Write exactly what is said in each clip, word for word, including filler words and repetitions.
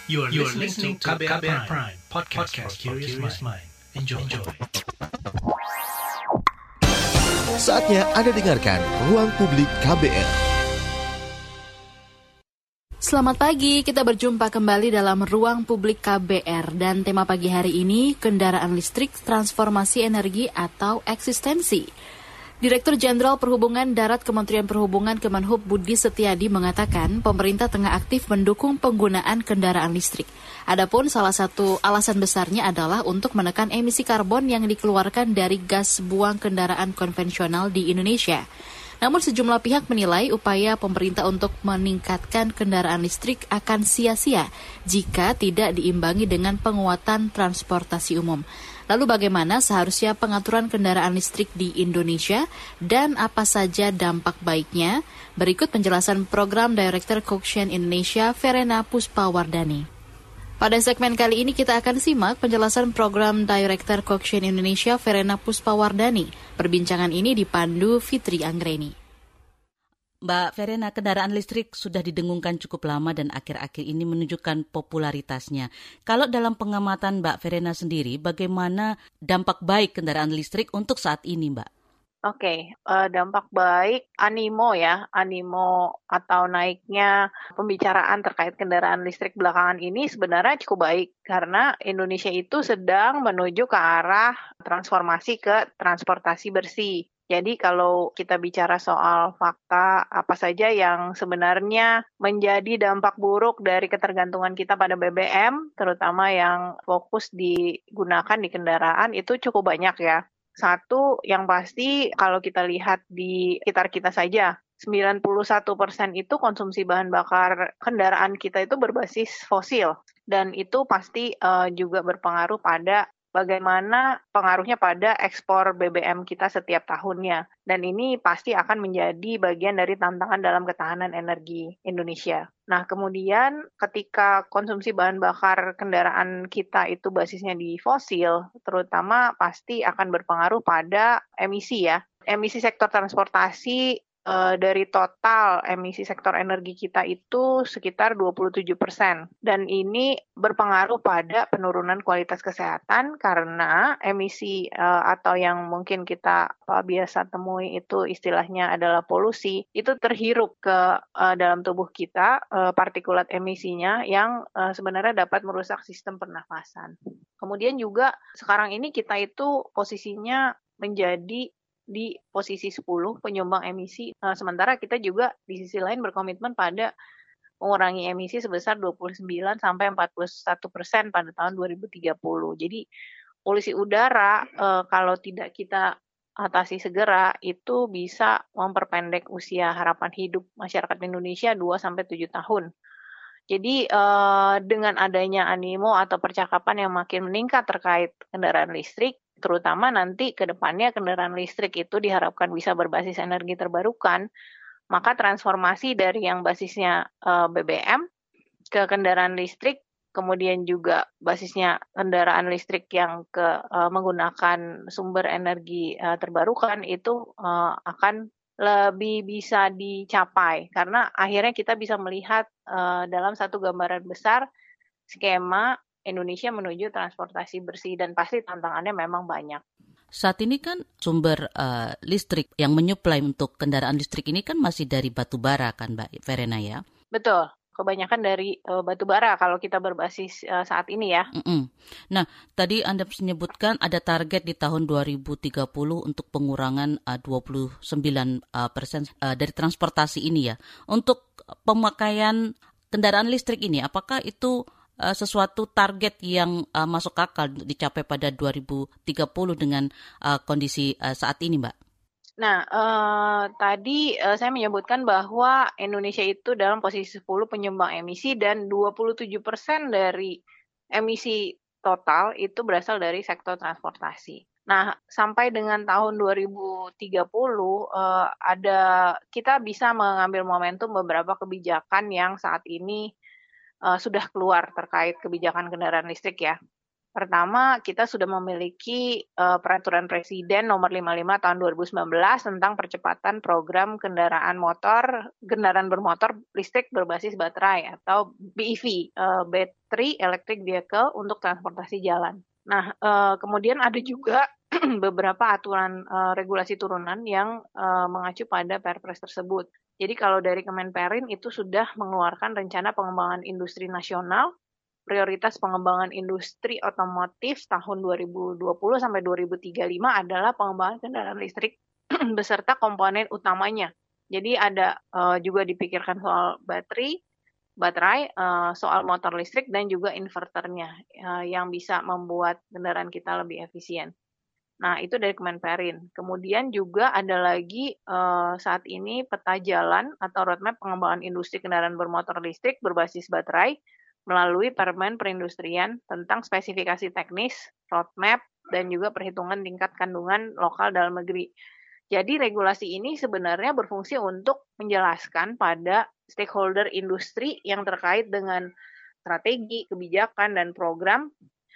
You are listening to K B R Prime, podcast for curious mind. Enjoy. Enjoy. Saatnya Anda dengarkan Ruang Publik K B R. Selamat pagi, kita berjumpa kembali dalam Ruang Publik K B R. Dan tema pagi hari ini, kendaraan listrik, transformasi energi atau eksistensi. Direktur Jenderal Perhubungan Darat Kementerian Perhubungan Kemenhub Budi Setiadi mengatakan pemerintah tengah aktif mendukung penggunaan kendaraan listrik. Adapun salah satu alasan besarnya adalah untuk menekan emisi karbon yang dikeluarkan dari gas buang kendaraan konvensional di Indonesia. Namun sejumlah pihak menilai upaya pemerintah untuk meningkatkan kendaraan listrik akan sia-sia jika tidak diimbangi dengan penguatan transportasi umum. Lalu bagaimana seharusnya pengaturan kendaraan listrik di Indonesia dan apa saja dampak baiknya? Berikut penjelasan Program Director Cokshen Indonesia, Verena Puspawardani. Pada segmen kali ini kita akan simak penjelasan Program Director Cokshen Indonesia, Verena Puspawardani. Perbincangan ini dipandu Fitri Anggreni. Mbak Verena, kendaraan listrik sudah didengungkan cukup lama dan akhir-akhir ini menunjukkan popularitasnya. Kalau dalam pengamatan Mbak Verena sendiri, bagaimana dampak baik kendaraan listrik untuk saat ini, Mbak? Oke, okay, uh, dampak baik animo ya, animo atau naiknya pembicaraan terkait kendaraan listrik belakangan ini sebenarnya cukup baik karena Indonesia itu sedang menuju ke arah transformasi ke transportasi bersih. Jadi kalau kita bicara soal fakta apa saja yang sebenarnya menjadi dampak buruk dari ketergantungan kita pada B B M, terutama yang fokus digunakan di kendaraan itu cukup banyak ya. Satu, yang pasti kalau kita lihat di sekitar kita saja, sembilan puluh satu persen itu konsumsi bahan bakar kendaraan kita itu berbasis fosil. Dan itu pasti uh, juga berpengaruh pada bagaimana pengaruhnya pada ekspor B B M kita setiap tahunnya. Dan ini pasti akan menjadi bagian dari tantangan dalam ketahanan energi Indonesia. Nah, kemudian ketika konsumsi bahan bakar kendaraan kita itu basisnya di fosil, terutama pasti akan berpengaruh pada emisi ya. Emisi sektor transportasi Uh, dari total emisi sektor energi kita itu sekitar dua puluh tujuh persen. Dan ini berpengaruh pada penurunan kualitas kesehatan karena emisi uh, atau yang mungkin kita uh, biasa temui itu istilahnya adalah polusi, itu terhirup ke uh, dalam tubuh kita, uh, partikulat emisinya yang uh, sebenarnya dapat merusak sistem pernafasan. Kemudian juga sekarang ini kita itu posisinya menjadi di posisi sepuluh penyumbang emisi, uh, sementara kita juga di sisi lain berkomitmen pada mengurangi emisi sebesar dua puluh sembilan sampai empat puluh satu persen pada tahun dua ribu tiga puluh. Jadi polusi udara uh, kalau tidak kita atasi segera itu bisa memperpendek usia harapan hidup masyarakat Indonesia dua sampai tujuh tahun. Jadi uh, dengan adanya animo atau percakapan yang makin meningkat terkait kendaraan listrik, terutama nanti ke depannya kendaraan listrik itu diharapkan bisa berbasis energi terbarukan, maka transformasi dari yang basisnya uh, B B M ke kendaraan listrik, kemudian juga basisnya kendaraan listrik yang ke uh, menggunakan sumber energi uh, terbarukan itu uh, akan lebih bisa dicapai karena akhirnya kita bisa melihat uh, dalam satu gambaran besar skema Indonesia menuju transportasi bersih dan pasti tantangannya memang banyak. Saat ini kan sumber uh, listrik yang menyuplai untuk kendaraan listrik ini kan masih dari batu bara kan Mbak Verena ya? Betul. Kebanyakan dari uh, batu bara kalau kita berbasis uh, saat ini ya. Mm-mm. Nah, tadi Anda menyebutkan ada target di tahun dua ribu tiga puluh untuk pengurangan uh, dua puluh sembilan persen uh, dari transportasi ini ya. Untuk pemakaian kendaraan listrik ini, apakah itu uh, sesuatu target yang uh, masuk akal dicapai pada dua ribu tiga puluh dengan uh, kondisi uh, saat ini, Mbak? Nah, eh, tadi eh, saya menyebutkan bahwa Indonesia itu dalam posisi sepuluh penyumbang emisi dan dua puluh tujuh persen dari emisi total itu berasal dari sektor transportasi. Nah, sampai dengan tahun dua ribu tiga puluh eh, ada kita bisa mengambil momentum beberapa kebijakan yang saat ini eh, sudah keluar terkait kebijakan kendaraan listrik ya. Pertama, kita sudah memiliki uh, peraturan Presiden nomor lima puluh lima tahun dua ribu sembilan belas tentang percepatan program kendaraan motor, kendaraan bermotor listrik berbasis baterai atau B E V, uh, Battery Electric Vehicle untuk transportasi jalan. Nah, uh, kemudian ada juga beberapa aturan uh, regulasi turunan yang uh, mengacu pada Perpres tersebut. Jadi kalau dari Kemenperin itu sudah mengeluarkan rencana pengembangan industri nasional, prioritas pengembangan industri otomotif tahun dua ribu dua puluh sampai dua ribu tiga puluh lima adalah pengembangan kendaraan listrik beserta komponen utamanya. Jadi ada uh, juga dipikirkan soal baterai, baterai, uh, soal motor listrik dan juga inverternya uh, yang bisa membuat kendaraan kita lebih efisien. Nah, itu dari Kemenperin. Kemudian juga ada lagi uh, saat ini peta jalan atau roadmap pengembangan industri kendaraan bermotor listrik berbasis baterai melalui Permen Perindustrian tentang spesifikasi teknis, roadmap, dan juga perhitungan tingkat kandungan lokal dalam negeri. Jadi regulasi ini sebenarnya berfungsi untuk menjelaskan pada stakeholder industri yang terkait dengan strategi, kebijakan, dan program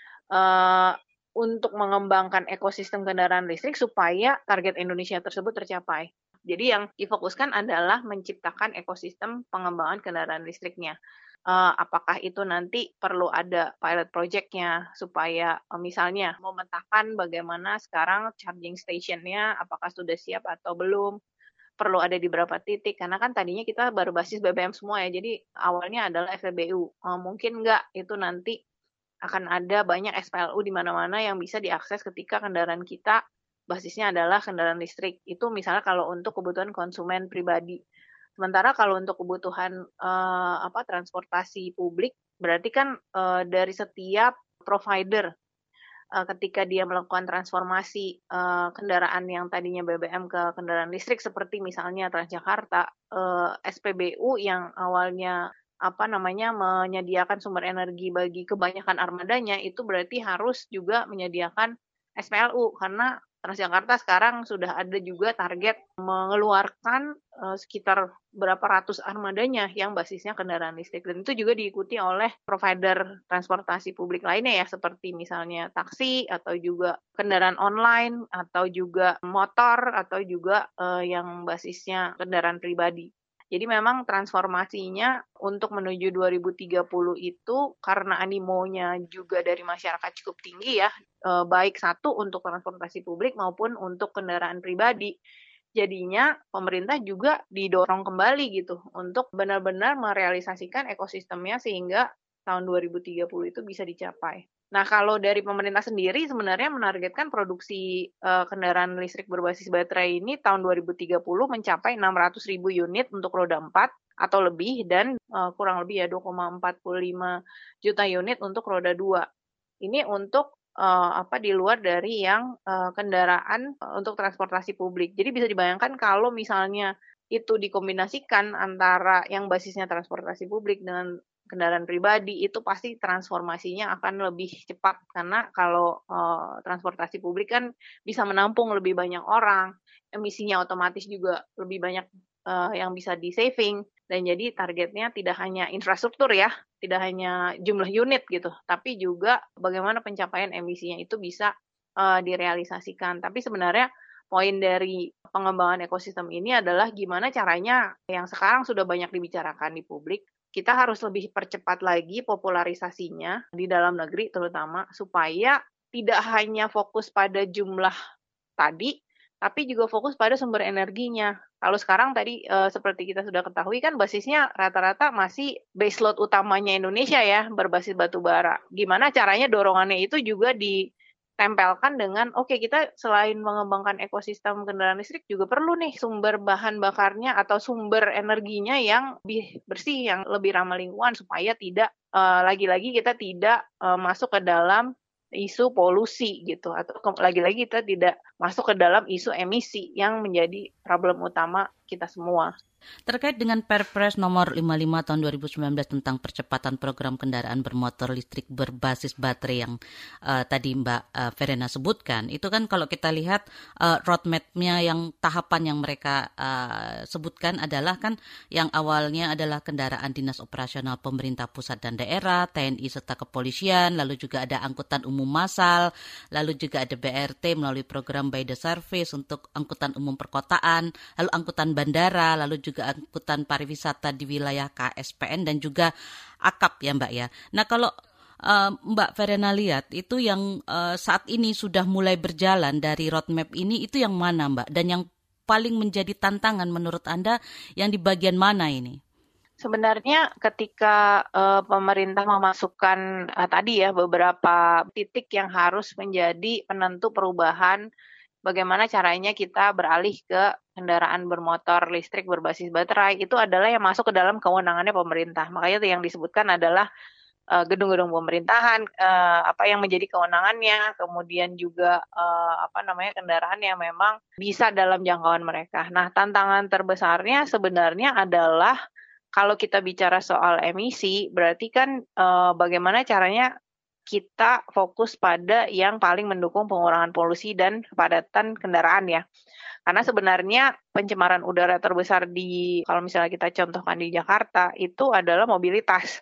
uh, untuk mengembangkan ekosistem kendaraan listrik supaya target Indonesia tersebut tercapai. Jadi yang difokuskan adalah menciptakan ekosistem pengembangan kendaraan listriknya. Uh, apakah itu nanti perlu ada pilot project-nya supaya uh, misalnya memetakan bagaimana sekarang charging station-nya apakah sudah siap atau belum, perlu ada di berapa titik, karena kan tadinya kita baru basis B B M semua ya, jadi awalnya adalah F P B U. Uh, mungkin nggak itu nanti akan ada banyak S P L U di mana-mana yang bisa diakses ketika kendaraan kita basisnya adalah kendaraan listrik. Itu misalnya kalau untuk kebutuhan konsumen pribadi. Sementara kalau untuk kebutuhan uh, apa transportasi publik, berarti kan uh, dari setiap provider uh, ketika dia melakukan transformasi uh, kendaraan yang tadinya B B M ke kendaraan listrik, seperti misalnya Transjakarta, uh, S P B U yang awalnya apa namanya menyediakan sumber energi bagi kebanyakan armadanya, itu berarti harus juga menyediakan S P L U karena Transjakarta sekarang sudah ada juga target mengeluarkan uh, sekitar berapa ratus armadanya yang basisnya kendaraan listrik. Dan itu juga diikuti oleh provider transportasi publik lainnya ya, seperti misalnya taksi atau juga kendaraan online atau juga motor atau juga uh, yang basisnya kendaraan pribadi. Jadi memang transformasinya untuk menuju dua ribu tiga puluh itu karena animonya juga dari masyarakat cukup tinggi ya, eh, baik satu untuk transportasi publik maupun untuk kendaraan pribadi. Jadinya pemerintah juga didorong kembali gitu untuk benar-benar merealisasikan ekosistemnya sehingga tahun dua ribu tiga puluh itu bisa dicapai. Nah, kalau dari pemerintah sendiri sebenarnya menargetkan produksi uh, kendaraan listrik berbasis baterai ini tahun dua ribu tiga puluh mencapai enam ratus ribu unit untuk roda empat atau lebih dan uh, kurang lebih ya dua koma empat lima juta unit untuk roda dua. Ini untuk uh, apa di luar dari yang uh, kendaraan uh, untuk transportasi publik. Jadi bisa dibayangkan kalau misalnya itu dikombinasikan antara yang basisnya transportasi publik dengan kendaraan pribadi, itu pasti transformasinya akan lebih cepat karena kalau uh, transportasi publik kan bisa menampung lebih banyak orang, emisinya otomatis juga lebih banyak uh, yang bisa di saving, dan jadi targetnya tidak hanya infrastruktur ya, tidak hanya jumlah unit gitu, tapi juga bagaimana pencapaian emisinya itu bisa uh, direalisasikan. Tapi sebenarnya poin dari pengembangan ekosistem ini adalah gimana caranya yang sekarang sudah banyak dibicarakan di publik, kita harus lebih percepat lagi popularisasinya di dalam negeri terutama supaya tidak hanya fokus pada jumlah tadi, tapi juga fokus pada sumber energinya. Kalau sekarang tadi e, seperti kita sudah ketahui kan basisnya rata-rata masih base load utamanya Indonesia ya, berbasis batu bara. Gimana caranya dorongannya itu juga di tempelkan dengan oke okay, kita selain mengembangkan ekosistem kendaraan listrik juga perlu nih sumber bahan bakarnya atau sumber energinya yang lebih bersih, yang lebih ramah lingkungan supaya tidak uh, lagi-lagi kita tidak uh, masuk ke dalam isu polusi gitu, atau ke- lagi-lagi kita tidak masuk ke dalam isu emisi yang menjadi problem utama kita semua. Terkait dengan Perpres nomor lima puluh lima tahun dua ribu sembilan belas tentang percepatan program kendaraan bermotor listrik berbasis baterai yang uh, tadi Mbak uh, Verena sebutkan, itu kan kalau kita lihat uh, roadmap-nya yang tahapan yang mereka uh, sebutkan adalah kan yang awalnya adalah kendaraan dinas operasional pemerintah pusat dan daerah, T N I serta kepolisian, lalu juga ada angkutan umum massal, lalu juga ada B R T melalui program by the service untuk angkutan umum perkotaan, lalu angkutan bandara, lalu juga angkutan pariwisata di wilayah K S P N dan juga A K A P ya Mbak ya. Nah kalau uh, Mbak Verena lihat itu yang uh, saat ini sudah mulai berjalan dari roadmap ini itu yang mana Mbak? Dan yang paling menjadi tantangan menurut Anda yang di bagian mana ini? Sebenarnya ketika uh, pemerintah memasukkan uh, tadi ya beberapa titik yang harus menjadi penentu perubahan bagaimana caranya kita beralih ke kendaraan bermotor listrik berbasis baterai, itu adalah yang masuk ke dalam kewenangannya pemerintah. Makanya yang disebutkan adalah uh, gedung-gedung pemerintahan, uh, apa yang menjadi kewenangannya, kemudian juga uh, apa namanya kendaraan yang memang bisa dalam jangkauan mereka. Nah, tantangan terbesarnya sebenarnya adalah kalau kita bicara soal emisi, berarti kan uh, bagaimana caranya kita fokus pada yang paling mendukung pengurangan polusi dan kepadatan kendaraan ya. Karena sebenarnya pencemaran udara terbesar di, kalau misalnya kita contohkan di Jakarta, itu adalah mobilitas.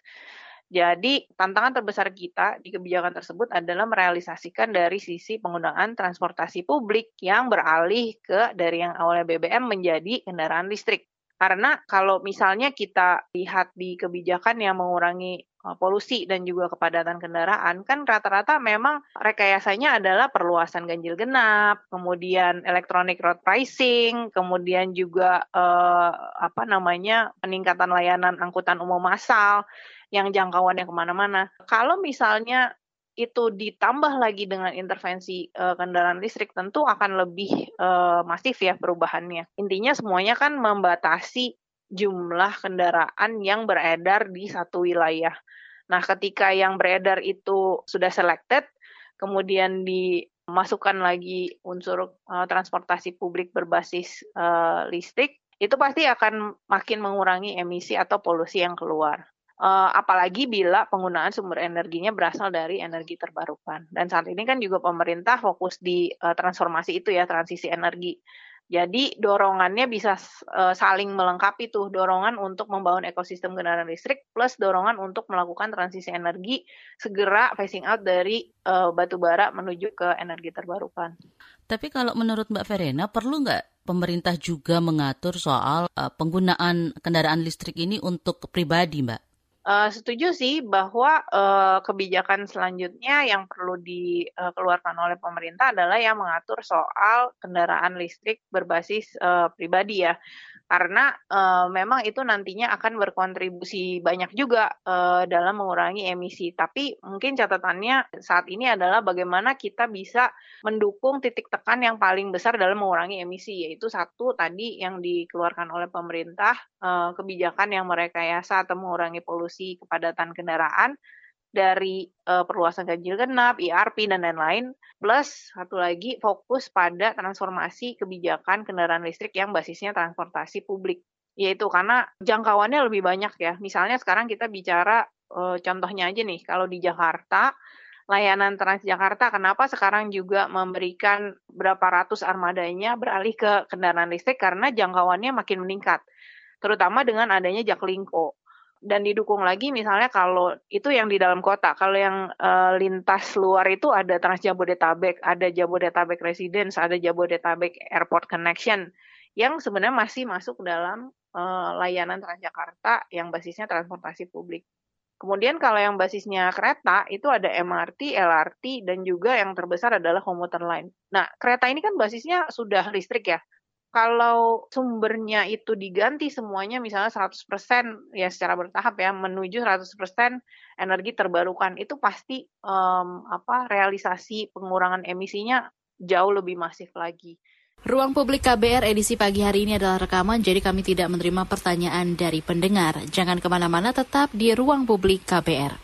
Jadi tantangan terbesar kita di kebijakan tersebut adalah merealisasikan dari sisi penggunaan transportasi publik yang beralih ke dari yang awalnya B B M menjadi kendaraan listrik. Karena kalau misalnya kita lihat di kebijakan yang mengurangi polusi dan juga kepadatan kendaraan, kan rata-rata memang rekayasanya adalah perluasan ganjil genap, kemudian electronic road pricing, kemudian juga eh, apa namanya peningkatan layanan angkutan umum massal yang jangkauannya kemana-mana. Kalau misalnya itu ditambah lagi dengan intervensi uh, kendaraan listrik, tentu akan lebih uh, masif ya perubahannya. Intinya semuanya kan membatasi jumlah kendaraan yang beredar di satu wilayah. Nah, ketika yang beredar itu sudah selected, kemudian dimasukkan lagi unsur uh, transportasi publik berbasis uh, listrik, itu pasti akan makin mengurangi emisi atau polusi yang keluar. Uh, apalagi bila penggunaan sumber energinya berasal dari energi terbarukan. Dan saat ini kan juga pemerintah fokus di uh, transformasi itu ya, transisi energi. Jadi dorongannya bisa uh, saling melengkapi tuh, dorongan untuk membangun ekosistem kendaraan listrik plus dorongan untuk melakukan transisi energi, segera phasing out dari uh, batu bara menuju ke energi terbarukan. Tapi kalau menurut Mbak Verena, perlu nggak pemerintah juga mengatur soal uh, penggunaan kendaraan listrik ini untuk pribadi, Mbak? Uh, setuju sih bahwa uh, kebijakan selanjutnya yang perlu dikeluarkan oleh pemerintah adalah yang mengatur soal kendaraan listrik berbasis uh, pribadi ya. Karena uh, memang itu nantinya akan berkontribusi banyak juga uh, dalam mengurangi emisi. Tapi mungkin catatannya saat ini adalah bagaimana kita bisa mendukung titik tekan yang paling besar dalam mengurangi emisi. Yaitu satu tadi yang dikeluarkan oleh pemerintah, uh, kebijakan yang merekayasa atau mengurangi polusi kepadatan kendaraan dari uh, perluasan ganjil genap, I R P, dan lain-lain, plus satu lagi fokus pada transformasi kebijakan kendaraan listrik yang basisnya transportasi publik. Yaitu karena jangkauannya lebih banyak ya. Misalnya sekarang kita bicara, uh, contohnya aja nih, kalau di Jakarta, layanan Transjakarta kenapa sekarang juga memberikan berapa ratus armadanya beralih ke kendaraan listrik karena jangkauannya makin meningkat. Terutama dengan adanya Jaklingko. Dan didukung lagi misalnya kalau itu yang di dalam kota, kalau yang uh, lintas luar itu ada Trans Jabodetabek, ada Jabodetabek Residence, ada Jabodetabek Airport Connection yang sebenarnya masih masuk dalam uh, layanan Transjakarta yang basisnya transportasi publik. Kemudian kalau yang basisnya kereta itu ada M R T, L R T, dan juga yang terbesar adalah komuter line. Nah, kereta ini kan basisnya sudah listrik ya. Kalau sumbernya itu diganti semuanya misalnya seratus persen ya secara bertahap ya menuju seratus persen energi terbarukan, itu pasti um, apa realisasi pengurangan emisinya jauh lebih masif lagi. Ruang Publik K B R edisi pagi hari ini adalah rekaman, jadi kami tidak menerima pertanyaan dari pendengar. Jangan kemana-mana, tetap di Ruang Publik K B R.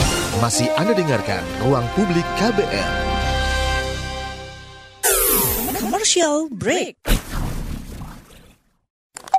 Masih Anda dengarkan Ruang Publik K B R. Commercial break.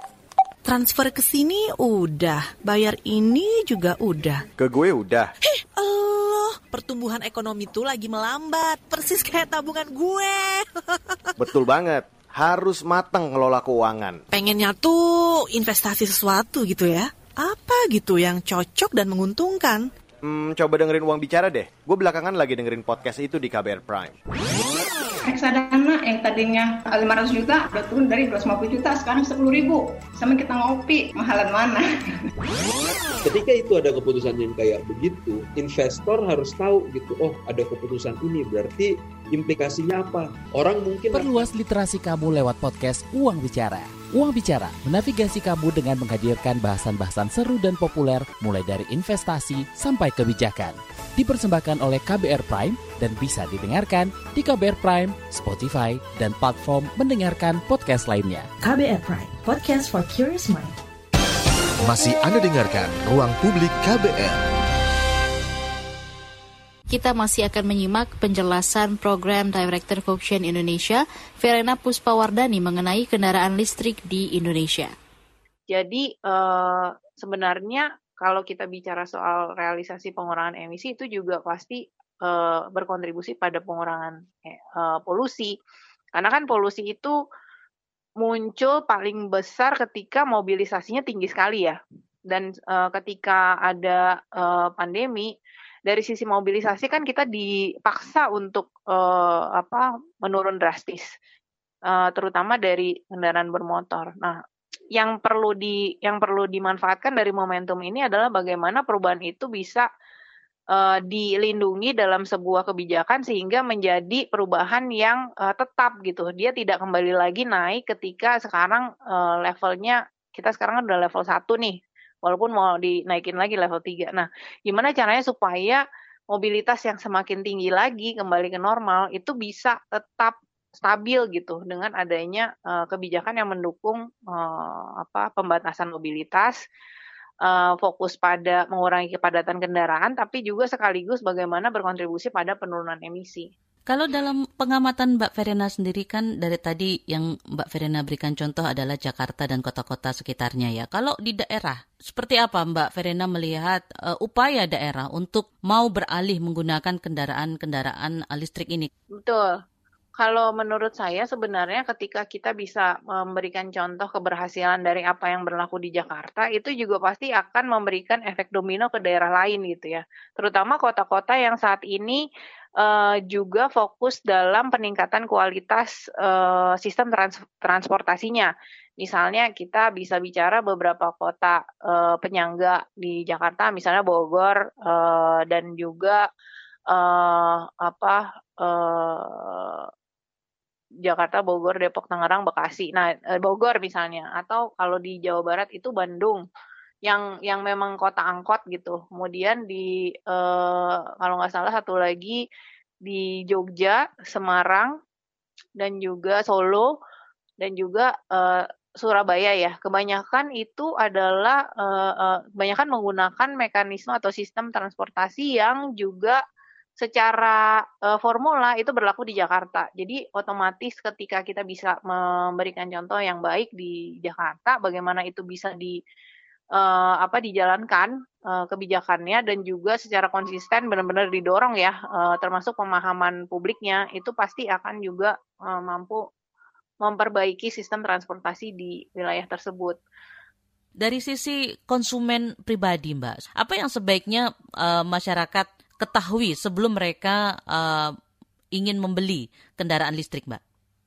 transfer ke sini udah, bayar ini juga udah. Ke gue udah. Heh, Allah, pertumbuhan ekonomi tuh lagi melambat, persis kayak tabungan gue. Betul banget, harus matang ngelola keuangan. Pengennya tuh investasi sesuatu gitu ya. Apa gitu yang cocok dan menguntungkan? Hmm, coba dengerin Uang Bicara deh. Gue belakangan lagi dengerin podcast itu di K B R Prime. Reksadana yang tadinya lima ratus juta udah turun dari dua ratus lima puluh juta sekarang sepuluh ribu. Sama kita ngopi, mahalan mana? Ketika itu ada keputusan yang kayak begitu, investor harus tahu gitu, oh ada keputusan ini berarti implikasinya apa. Orang mungkin perluas literasi kamu lewat podcast Uang Bicara. Uang Bicara menavigasi kamu dengan menghadirkan bahasan-bahasan seru dan populer mulai dari investasi sampai kebijakan. Dipersembahkan oleh K B R Prime dan bisa didengarkan di K B R Prime, Spotify, dan platform mendengarkan podcast lainnya. K B R Prime, podcast for curious mind. Masih Anda dengarkan Ruang Publik K B R. Kita masih akan menyimak penjelasan Program Director Vocation Indonesia, Verena Puspawardani, mengenai kendaraan listrik di Indonesia. Jadi uh, sebenarnya kalau kita bicara soal realisasi pengurangan emisi itu juga pasti uh, berkontribusi pada pengurangan uh, polusi. Karena kan polusi itu muncul paling besar ketika mobilisasinya tinggi sekali ya. Dan uh, ketika ada uh, pandemi, dari sisi mobilisasi kan kita dipaksa untuk uh, apa menurun drastis, uh, terutama dari kendaraan bermotor. Nah, yang perlu di yang perlu dimanfaatkan dari momentum ini adalah bagaimana perubahan itu bisa uh, dilindungi dalam sebuah kebijakan sehingga menjadi perubahan yang uh, tetap gitu. Dia tidak kembali lagi naik ketika sekarang uh, levelnya kita sekarang udah level satu nih. Walaupun mau dinaikin lagi level tiga. Nah, gimana caranya supaya mobilitas yang semakin tinggi lagi kembali ke normal itu bisa tetap stabil gitu dengan adanya uh, kebijakan yang mendukung uh, apa pembatasan mobilitas, uh, fokus pada mengurangi kepadatan kendaraan, tapi juga sekaligus bagaimana berkontribusi pada penurunan emisi. Kalau dalam pengamatan Mbak Verena sendiri kan dari tadi yang Mbak Verena berikan contoh adalah Jakarta dan kota-kota sekitarnya ya. Kalau di daerah, seperti apa Mbak Verena melihat uh, upaya daerah untuk mau beralih menggunakan kendaraan-kendaraan listrik ini? Betul. Kalau menurut saya sebenarnya ketika kita bisa memberikan contoh keberhasilan dari apa yang berlaku di Jakarta, itu juga pasti akan memberikan efek domino ke daerah lain gitu ya. Terutama kota-kota yang saat ini uh, juga fokus dalam peningkatan kualitas uh, sistem trans- transportasinya. Misalnya kita bisa bicara beberapa kota uh, penyangga di Jakarta, misalnya Bogor uh, dan juga uh, apa uh, Jakarta, Bogor, Depok, Tangerang, Bekasi. Nah, Bogor misalnya, atau kalau di Jawa Barat itu Bandung, yang yang memang kota angkot gitu. Kemudian di eh, kalau nggak salah satu lagi di Jogja, Semarang, dan juga Solo, dan juga eh, Surabaya ya. Kebanyakan itu adalah eh, eh, kebanyakan menggunakan mekanisme atau sistem transportasi yang juga secara uh, formula itu berlaku di Jakarta. Jadi otomatis ketika kita bisa memberikan contoh yang baik di Jakarta, bagaimana itu bisa di uh, apa dijalankan uh, kebijakannya dan juga secara konsisten benar-benar didorong ya, uh, termasuk pemahaman publiknya itu pasti akan juga uh, mampu memperbaiki sistem transportasi di wilayah tersebut. Dari sisi konsumen pribadi, Mbak, apa yang sebaiknya uh, masyarakat ketahui sebelum mereka uh, ingin membeli kendaraan listrik, Mbak?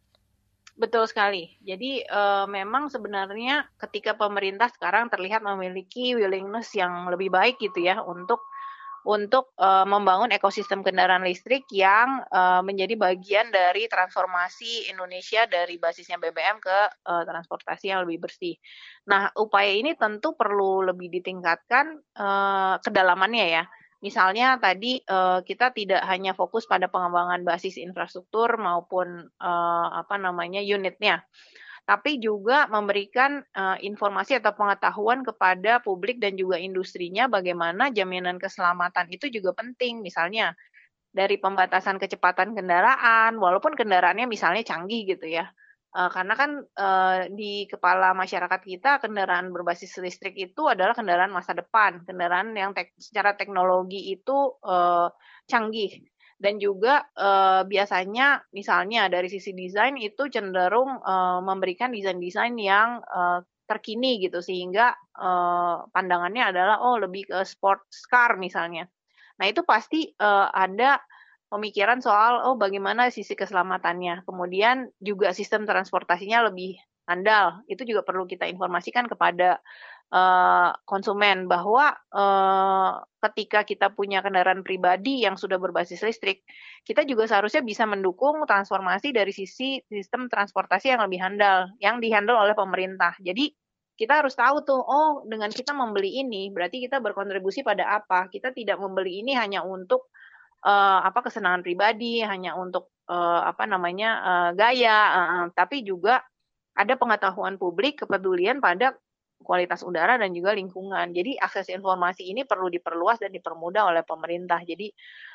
Betul sekali. Jadi uh, memang sebenarnya ketika pemerintah sekarang terlihat memiliki willingness yang lebih baik gitu ya untuk untuk uh, membangun ekosistem kendaraan listrik yang uh, menjadi bagian dari transformasi Indonesia dari basisnya B B M ke uh, transportasi yang lebih bersih. Nah, upaya ini tentu perlu lebih ditingkatkan uh, kedalamannya ya. Misalnya tadi uh, kita tidak hanya fokus pada pengembangan basis infrastruktur maupun uh, apa namanya unitnya, tapi juga memberikan uh, informasi atau pengetahuan kepada publik dan juga industrinya bagaimana jaminan keselamatan itu juga penting. Misalnya dari pembatasan kecepatan kendaraan, walaupun kendaraannya misalnya canggih gitu ya, Uh, karena kan uh, di kepala masyarakat kita kendaraan berbasis listrik itu adalah kendaraan masa depan, kendaraan yang tek- secara teknologi itu uh, canggih. Dan juga uh, biasanya misalnya dari sisi desain itu cenderung uh, memberikan desain-desain yang uh, terkini gitu, sehingga uh, pandangannya adalah oh lebih ke sports car misalnya. Nah itu pasti uh, ada pemikiran soal oh bagaimana sisi keselamatannya, kemudian juga sistem transportasinya lebih handal. Itu juga perlu kita informasikan kepada uh, konsumen bahwa uh, ketika kita punya kendaraan pribadi yang sudah berbasis listrik, kita juga seharusnya bisa mendukung transformasi dari sisi sistem transportasi yang lebih handal, yang dihandle oleh pemerintah. Jadi kita harus tahu tuh, oh dengan kita membeli ini berarti kita berkontribusi pada apa. Kita tidak membeli ini hanya untuk Uh, apa kesenangan pribadi, hanya untuk uh, apa namanya uh, gaya, uh, tapi juga ada pengetahuan publik, kepedulian pada kualitas udara dan juga lingkungan. Jadi akses informasi ini perlu diperluas dan dipermudah oleh pemerintah. Jadi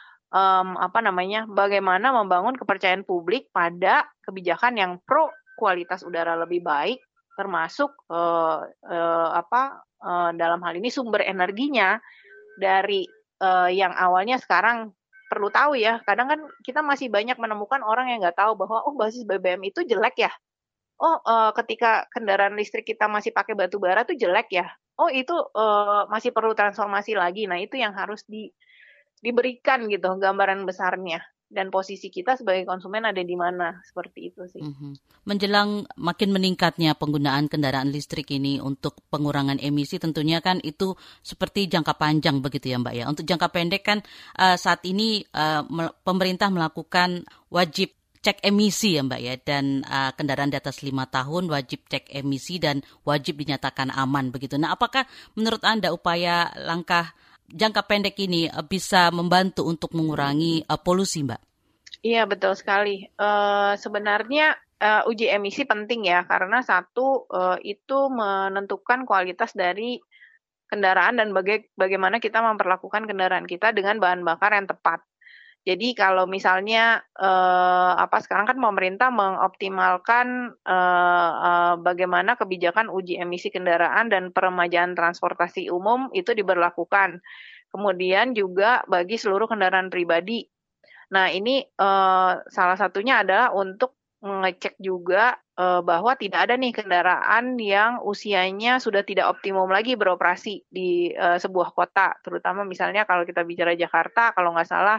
um, apa namanya, bagaimana membangun kepercayaan publik pada kebijakan yang pro kualitas udara lebih baik, termasuk uh, uh, apa uh, dalam hal ini sumber energinya dari uh, yang awalnya sekarang perlu tahu ya, kadang kan kita masih banyak menemukan orang yang nggak tahu bahwa oh basis B B M itu jelek ya. Oh uh, ketika kendaraan listrik kita masih pakai batu bara tuh jelek ya. Oh itu uh, masih perlu transformasi lagi. Nah itu yang harus di, diberikan gitu gambaran besarnya. Dan posisi kita sebagai konsumen ada di mana, seperti itu sih. Mm-hmm. Menjelang makin meningkatnya penggunaan kendaraan listrik ini untuk pengurangan emisi, tentunya kan itu seperti jangka panjang begitu ya Mbak ya. Untuk jangka pendek kan uh, saat ini uh, me- pemerintah melakukan wajib cek emisi ya Mbak ya, dan uh, kendaraan di atas lima tahun wajib cek emisi dan wajib dinyatakan aman begitu. Nah apakah menurut Anda upaya langkah jangka pendek ini uh, bisa membantu untuk mengurangi uh, polusi, Mbak? Iya, betul sekali. Uh, sebenarnya uh, uji emisi penting ya, karena satu, uh, itu menentukan kualitas dari kendaraan dan baga- bagaimana kita memperlakukan kendaraan kita dengan bahan bakar yang tepat. Jadi kalau misalnya uh, apa sekarang kan pemerintah mengoptimalkan uh, uh, bagaimana kebijakan uji emisi kendaraan dan peremajaan transportasi umum itu diberlakukan. Kemudian juga bagi seluruh kendaraan pribadi. Nah ini uh, salah satunya adalah untuk mengecek juga uh, bahwa tidak ada nih kendaraan yang usianya sudah tidak optimum lagi beroperasi di uh, sebuah kota. Terutama misalnya kalau kita bicara Jakarta, kalau nggak salah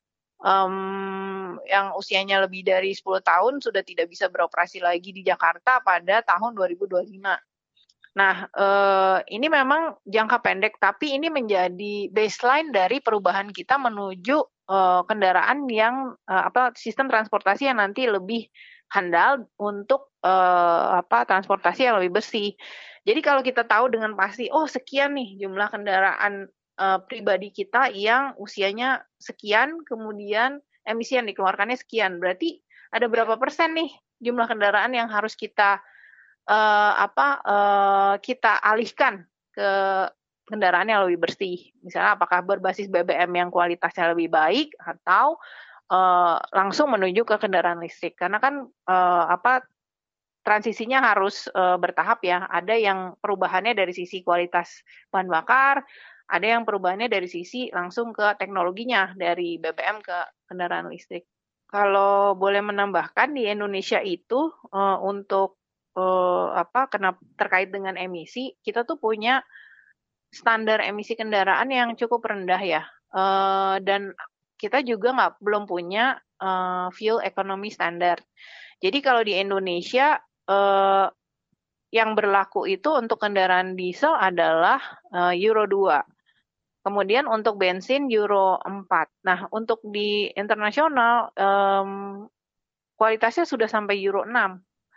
Um, yang usianya lebih dari sepuluh tahun sudah tidak bisa beroperasi lagi di Jakarta pada tahun dua ribu dua puluh lima. Nah, uh, ini memang jangka pendek, tapi ini menjadi baseline dari perubahan kita menuju uh, kendaraan yang uh, apa sistem transportasi yang nanti lebih handal untuk uh, apa transportasi yang lebih bersih. Jadi kalau kita tahu dengan pasti, oh sekian nih jumlah kendaraan Uh, pribadi kita yang usianya sekian, kemudian emisi yang dikeluarkannya sekian. Berarti ada berapa persen nih jumlah kendaraan yang harus kita uh, apa uh, kita alihkan ke kendaraan yang lebih bersih. Misalnya apakah berbasis B B M yang kualitasnya lebih baik atau uh, langsung menuju ke kendaraan listrik. Karena kan uh, apa transisinya harus uh, bertahap ya. Ada yang perubahannya dari sisi kualitas bahan bakar, ada yang perubahannya dari sisi langsung ke teknologinya, dari B B M ke kendaraan listrik. Kalau boleh menambahkan, di Indonesia itu uh, untuk uh, apa kenapa terkait dengan emisi, kita tuh punya standar emisi kendaraan yang cukup rendah ya. Uh, dan kita juga nggak belum punya uh, fuel economy standard. Jadi kalau di Indonesia uh, yang berlaku itu untuk kendaraan diesel adalah uh, Euro dua. Kemudian untuk bensin Euro empat. Nah, untuk di internasional um, kualitasnya sudah sampai Euro enam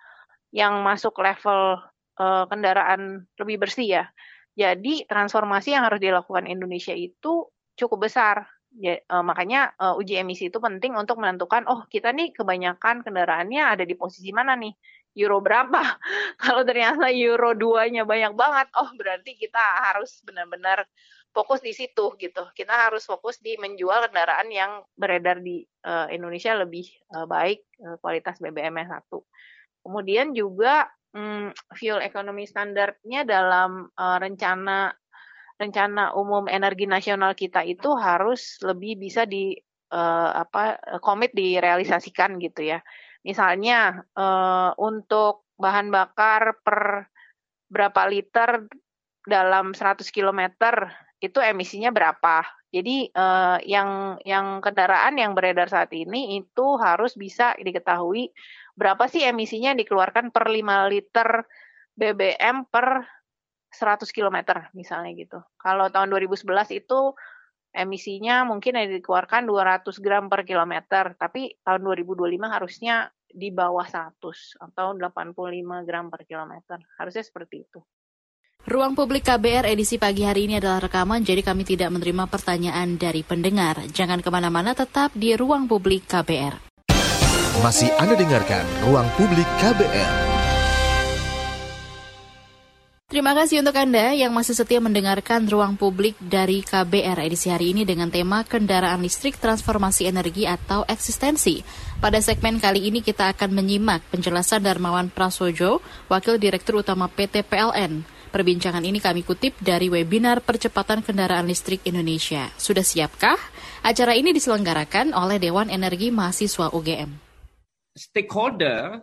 yang masuk level uh, kendaraan lebih bersih ya. Jadi transformasi yang harus dilakukan Indonesia itu cukup besar. Ya, uh, makanya uh, uji emisi itu penting untuk menentukan, oh kita nih kebanyakan kendaraannya ada di posisi mana nih, Euro berapa. Kalau ternyata Euro dua-nya banyak banget, oh berarti kita harus benar-benar fokus di situ gitu. Kita harus fokus di menjual kendaraan yang beredar di uh, Indonesia lebih uh, baik uh, kualitas B B M-nya satu. Kemudian juga hmm, fuel economy standardnya dalam uh, rencana rencana umum energi nasional kita itu harus lebih bisa di uh, apa komit direalisasikan gitu ya. Misalnya uh, untuk bahan bakar per berapa liter dalam seratus kilometer itu emisinya berapa. Jadi uh, yang yang kendaraan yang beredar saat ini itu harus bisa diketahui berapa sih emisinya yang dikeluarkan per lima liter B B M per seratus kilometer misalnya gitu. Kalau tahun dua ribu sebelas itu emisinya mungkin yang dikeluarkan dua ratus gram per kilometer, tapi tahun dua ribu dua puluh lima harusnya di bawah seratus atau delapan puluh lima gram per kilometer. Harusnya seperti itu. Ruang Publik K B R edisi pagi hari ini adalah rekaman, jadi kami tidak menerima pertanyaan dari pendengar. Jangan kemana-mana, tetap di Ruang Publik K B R. Masih Anda dengarkan Ruang Publik K B R. Terima kasih untuk Anda yang masih setia mendengarkan Ruang Publik dari K B R edisi hari ini dengan tema kendaraan listrik transformasi energi atau eksistensi. Pada segmen kali ini kita akan menyimak penjelasan Darmawan Prasojo, Wakil Direktur Utama P T P L N. Perbincangan ini kami kutip dari webinar Percepatan Kendaraan Listrik Indonesia. Sudah siapkah? Acara ini diselenggarakan oleh Dewan Energi Mahasiswa U G M. Stakeholder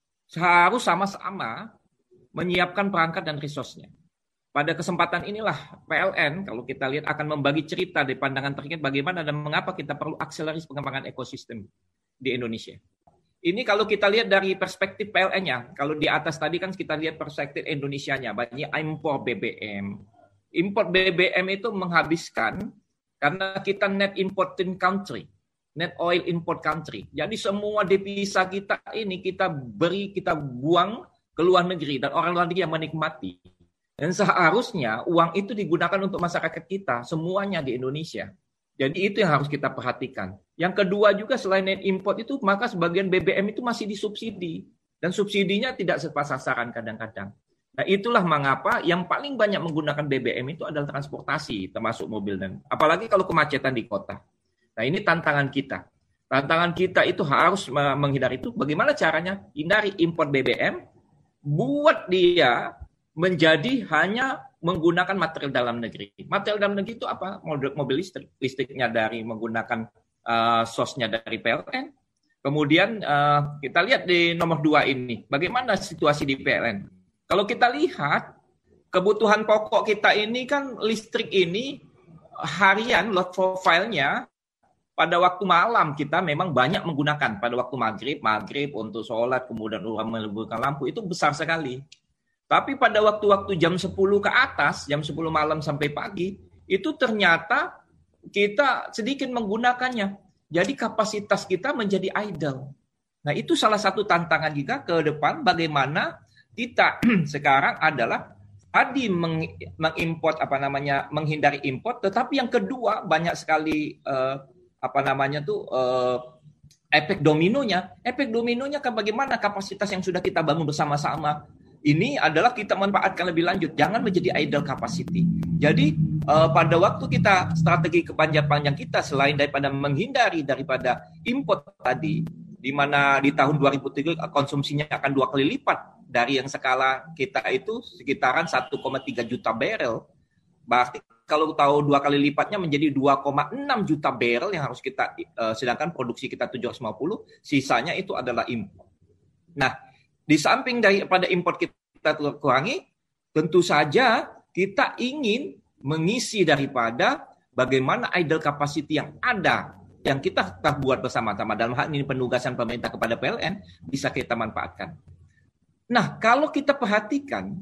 harus sama-sama menyiapkan perangkat dan resource-nya. Pada kesempatan inilah P L N, kalau kita lihat, akan membagi cerita dari pandangan terkait bagaimana dan mengapa kita perlu akselerasi pengembangan ekosistem di Indonesia. Ini kalau kita lihat dari perspektif P L N-nya, kalau di atas tadi kan kita lihat perspektif Indonesianya, banyak impor B B M. Import B B M itu menghabiskan, karena kita net importing country, net oil import country. Jadi semua devisa kita ini kita beri, kita buang ke luar negeri, dan orang luar negeri yang menikmati. Dan seharusnya uang itu digunakan untuk masyarakat kita, semuanya di Indonesia. Jadi itu yang harus kita perhatikan. Yang kedua juga selain net import itu, maka sebagian B B M itu masih disubsidi. Dan subsidinya tidak tepat sasaran kadang-kadang. Nah itulah mengapa yang paling banyak menggunakan B B M itu adalah transportasi, termasuk mobil. Dan apalagi kalau kemacetan di kota. Nah ini tantangan kita. Tantangan kita itu harus menghindari itu. Bagaimana caranya? Hindari import B B M, buat dia menjadi hanya menggunakan material dalam negeri. Material dalam negeri itu apa? Mobil listrik. Listriknya dari menggunakan uh, source-nya dari P L N. Kemudian uh, kita lihat di nomor dua ini. Bagaimana situasi di P L N? Kalau kita lihat, kebutuhan pokok kita ini kan listrik ini harian load profile-nya pada waktu malam kita memang banyak menggunakan. Pada waktu maghrib, maghrib untuk sholat, kemudian orang meleburkan lampu, itu besar sekali. Tapi pada waktu-waktu jam sepuluh ke atas, jam sepuluh malam sampai pagi, itu ternyata kita sedikit menggunakannya. Jadi kapasitas kita menjadi idle. Nah itu salah satu tantangan juga ke depan, bagaimana kita sekarang adalah tadi mengimport, apa namanya, menghindari import, tetapi yang kedua banyak sekali uh, apa namanya tuh uh, efek dominonya. Efek dominonya kan bagaimana kapasitas yang sudah kita bangun bersama-sama. Ini adalah kita manfaatkan lebih lanjut. Jangan menjadi idle capacity. Jadi uh, pada waktu kita strategi kepanjang-panjang kita selain daripada menghindari daripada import tadi, di mana di tahun dua ribu tiga konsumsinya akan dua kali lipat dari yang skala kita itu sekitaran satu koma tiga juta barrel. Berarti kalau tahu dua kali lipatnya menjadi dua koma enam juta barrel yang harus kita, uh, sedangkan produksi kita tujuh ratus lima puluh, sisanya itu adalah impor. Nah, di samping daripada import kita kurangi, tentu saja kita ingin mengisi daripada bagaimana idle capacity yang ada, yang kita telah buat bersama-sama. Dalam hal ini penugasan pemerintah kepada P L N, bisa kita manfaatkan. Nah, kalau kita perhatikan,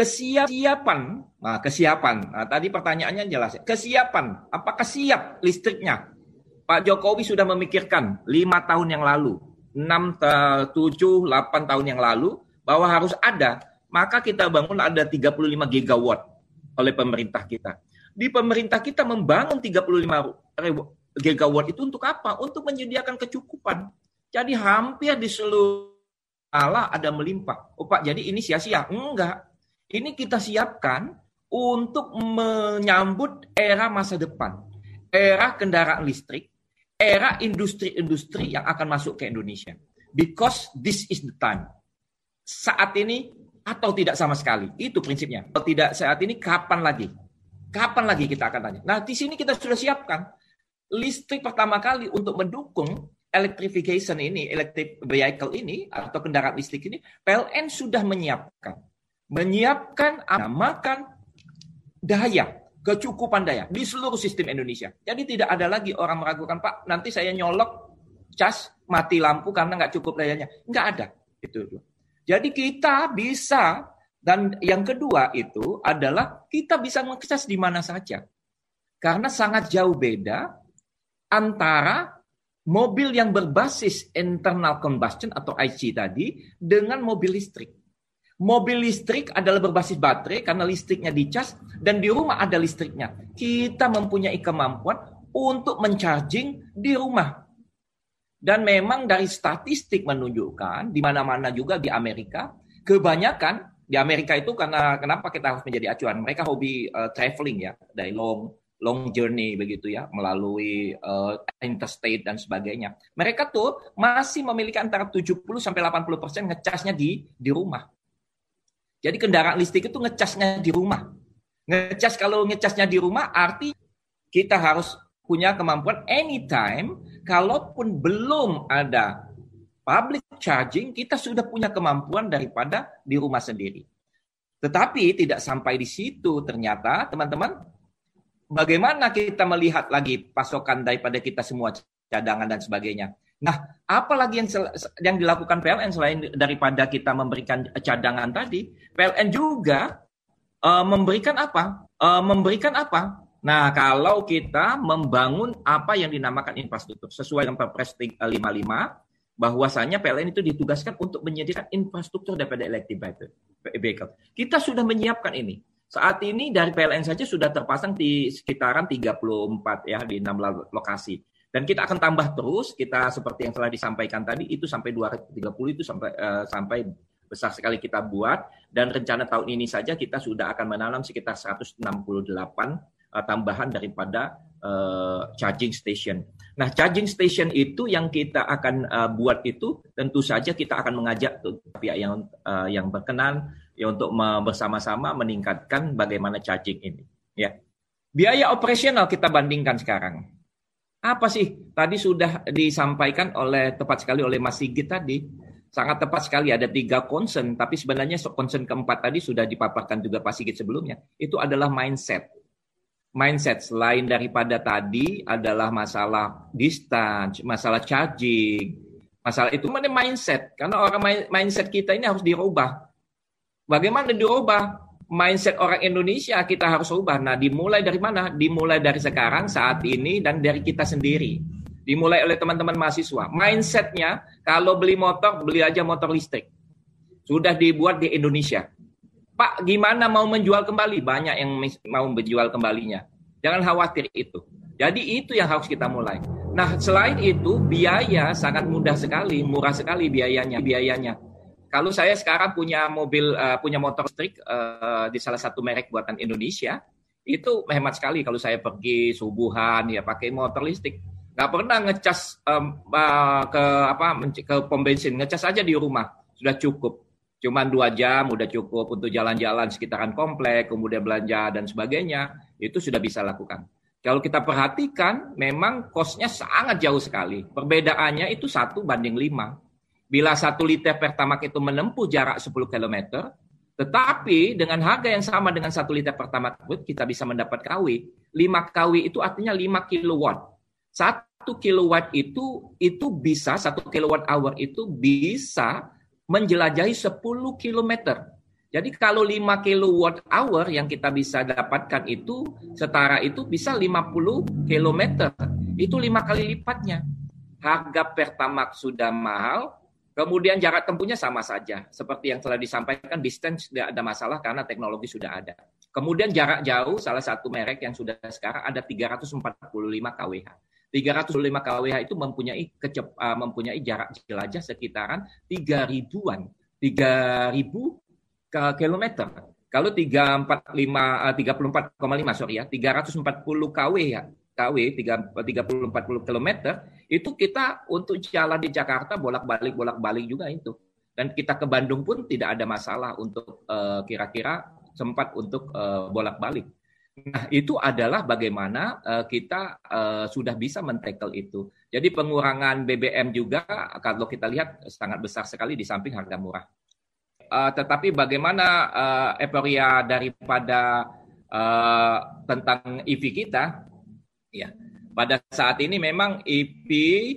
kesiapan, nah, kesiapan, nah, tadi pertanyaannya jelas, kesiapan, apakah siap listriknya? Pak Jokowi sudah memikirkan lima tahun yang lalu, enam, tujuh, delapan tahun yang lalu, bahwa harus ada, maka kita bangun ada tiga puluh lima gigawatt oleh pemerintah kita. Di pemerintah kita membangun tiga puluh lima gigawatt itu untuk apa? Untuk menyediakan kecukupan. Jadi hampir di seluruh ala ada melimpah. Oh Pak, jadi ini sia-sia? Enggak. Ini kita siapkan untuk menyambut era masa depan. Era kendaraan listrik, era industri-industri yang akan masuk ke Indonesia. Because this is the time. saat ini atau tidak sama sekali. Itu prinsipnya. Kalau tidak saat ini, kapan lagi? Kapan lagi kita akan tanya? Nah, di sini kita sudah siapkan listrik pertama kali untuk mendukung electrification ini, electric vehicle ini, atau kendaraan listrik ini, P L N sudah menyiapkan. Menyiapkan, namakan daya, kecukupan daya di seluruh sistem Indonesia. Jadi tidak ada lagi orang meragukan, Pak, nanti saya nyolok cas, mati lampu karena nggak cukup dayanya. Nggak ada. Itu. Jadi kita bisa, dan yang kedua itu adalah kita bisa mengecas di mana saja. Karena sangat jauh beda antara mobil yang berbasis internal combustion atau I C tadi dengan mobil listrik. Mobil listrik adalah berbasis baterai karena listriknya dicas dan di rumah ada listriknya. Kita mempunyai kemampuan untuk mencharging di rumah. Dan memang dari statistik menunjukkan di mana-mana juga di Amerika, kebanyakan di Amerika itu karena kenapa kita harus menjadi acuan? Mereka hobi uh, traveling ya, dari long long journey begitu ya, melalui uh, interstate dan sebagainya. Mereka tuh masih memiliki antara tujuh puluh sampai delapan puluh persen ngecasnya di di rumah. Jadi kendaraan listrik itu ngecasnya di rumah. Ngecas kalau ngecasnya di rumah arti kita harus punya kemampuan anytime, kalaupun belum ada public charging, kita sudah punya kemampuan daripada di rumah sendiri. Tetapi tidak sampai di situ ternyata, teman-teman. Bagaimana kita melihat lagi pasokan daripada kita semua cadangan dan sebagainya. Nah, apalagi yang yang dilakukan P L N selain daripada kita memberikan cadangan tadi, P L N juga uh, memberikan apa? Uh, memberikan apa? Nah, kalau kita membangun apa yang dinamakan infrastruktur sesuai dengan Perpres lima puluh lima, bahwasanya P L N itu ditugaskan untuk menyediakan infrastruktur daripada electric vehicle. Kita sudah menyiapkan ini. Saat ini dari P L N saja sudah terpasang di sekitaran tiga puluh empat ya, di enam lokasi. Dan kita akan tambah terus, kita seperti yang telah disampaikan tadi, itu sampai dua ratus tiga puluh, itu sampai uh, sampai besar sekali kita buat. Dan rencana tahun ini saja kita sudah akan menanam sekitar seratus enam puluh delapan uh, tambahan daripada uh, charging station. Nah, charging station itu yang kita akan uh, buat itu, tentu saja kita akan mengajak pihak yang uh, yang berkenan ya untuk bersama-sama meningkatkan bagaimana charging ini. Ya, biaya operasional kita bandingkan sekarang. Apa sih? Tadi sudah disampaikan oleh tepat sekali oleh Mas Sigit tadi. Sangat tepat sekali, ada tiga concern, tapi sebenarnya concern keempat tadi sudah dipaparkan juga Pak Sigit sebelumnya. Itu adalah mindset. Mindset selain daripada tadi adalah masalah distance, masalah charging, masalah itu mana mindset. Karena orang mindset kita ini harus dirubah. Bagaimana dirubah? Mindset orang Indonesia kita harus ubah. Nah, dimulai dari mana? Dimulai dari sekarang, saat ini, dan dari kita sendiri. Dimulai oleh teman-teman mahasiswa. Mindsetnya, kalau beli motor, beli aja motor listrik. Sudah dibuat di Indonesia. Pak, gimana mau menjual kembali? Banyak yang mau menjual kembalinya. Jangan khawatir itu. Jadi itu yang harus kita mulai. Nah, selain itu, biaya sangat mudah sekali, murah sekali biayanya. biayanya. Kalau saya sekarang punya mobil, uh, punya motor listrik uh, di salah satu merek buatan Indonesia, itu hemat sekali kalau saya pergi subuhan ya pakai motor listrik. Nggak pernah ngecas um, uh, ke apa ke pom bensin, ngecas aja di rumah sudah cukup. Cuman dua jam udah cukup untuk jalan-jalan sekitaran komplek, kemudian belanja dan sebagainya, itu sudah bisa lakukan. Kalau kita perhatikan, memang kosnya sangat jauh sekali. Perbedaannya itu satu banding lima. Bila satu liter Pertamax itu menempuh jarak sepuluh kilometer, tetapi dengan harga yang sama dengan satu liter Pertamax kita bisa mendapat K W. lima K W itu artinya lima kilowatt. satu kilowatt itu itu bisa, satu kilowatt hour itu bisa menjelajahi sepuluh kilometer. Jadi kalau lima kilowatt hour yang kita bisa dapatkan itu setara itu bisa lima puluh kilometer. Itu lima kali lipatnya. Harga Pertamax sudah mahal. Kemudian jarak tempuhnya sama saja. Seperti yang telah disampaikan, distance tidak ada masalah karena teknologi sudah ada. Kemudian jarak jauh, salah satu merek yang sudah sekarang ada tiga ratus empat puluh lima kilowatt. tiga ratus lima kilowatt itu mempunyai kecep, uh, mempunyai jarak jelajah sekitaran tiga ribuan. tiga ribu kilometer. Kalau tiga ratus empat puluh lima, uh, tiga puluh empat koma lima sorry ya, tiga ratus empat puluh kilowatt ya. K W tiga puluh empat puluh kilometer itu kita untuk jalan di Jakarta bolak-balik bolak-balik juga itu. Dan kita ke Bandung pun tidak ada masalah untuk uh, kira-kira sempat untuk uh, bolak-balik. Nah, itu adalah bagaimana uh, kita uh, sudah bisa men-tackle itu. Jadi pengurangan B B M juga kalau kita lihat sangat besar sekali di samping harga murah. Uh, tetapi bagaimana uh, euforia daripada uh, tentang E V kita? Ya, pada saat ini memang E V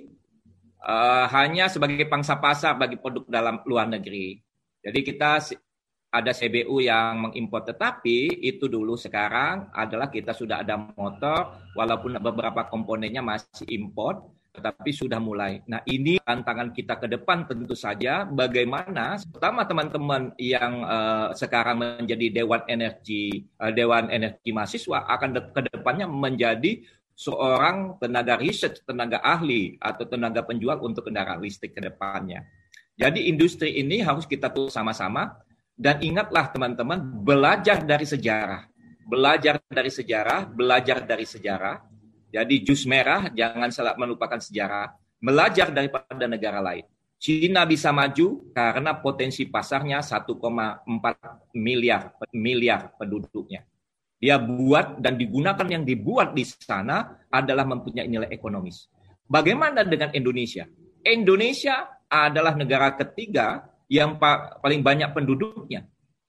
Uh, hanya sebagai pangsa pasar bagi produk dalam luar negeri. Jadi kita ada C B U yang mengimpor, tetapi itu dulu sekarang adalah kita sudah ada motor, walaupun beberapa komponennya masih impor, tetapi sudah mulai. Nah, ini tantangan kita ke depan tentu saja bagaimana pertama teman-teman yang uh, sekarang menjadi Dewan Energi uh, Dewan Energi Mahasiswa akan de- ke depannya menjadi seorang tenaga riset, tenaga ahli, atau tenaga penjual untuk kendaraan listrik ke depannya. Jadi industri ini harus kita tuh sama-sama, dan ingatlah teman-teman, belajar dari sejarah. Belajar dari sejarah, belajar dari sejarah. Jadi jus merah, jangan salah melupakan sejarah. Belajar daripada negara lain. Cina bisa maju karena potensi pasarnya satu koma empat miliar, miliar penduduknya. Dia buat dan digunakan yang dibuat di sana adalah mempunyai nilai ekonomis. Bagaimana dengan Indonesia? Indonesia adalah negara ketiga yang pa- paling banyak penduduknya.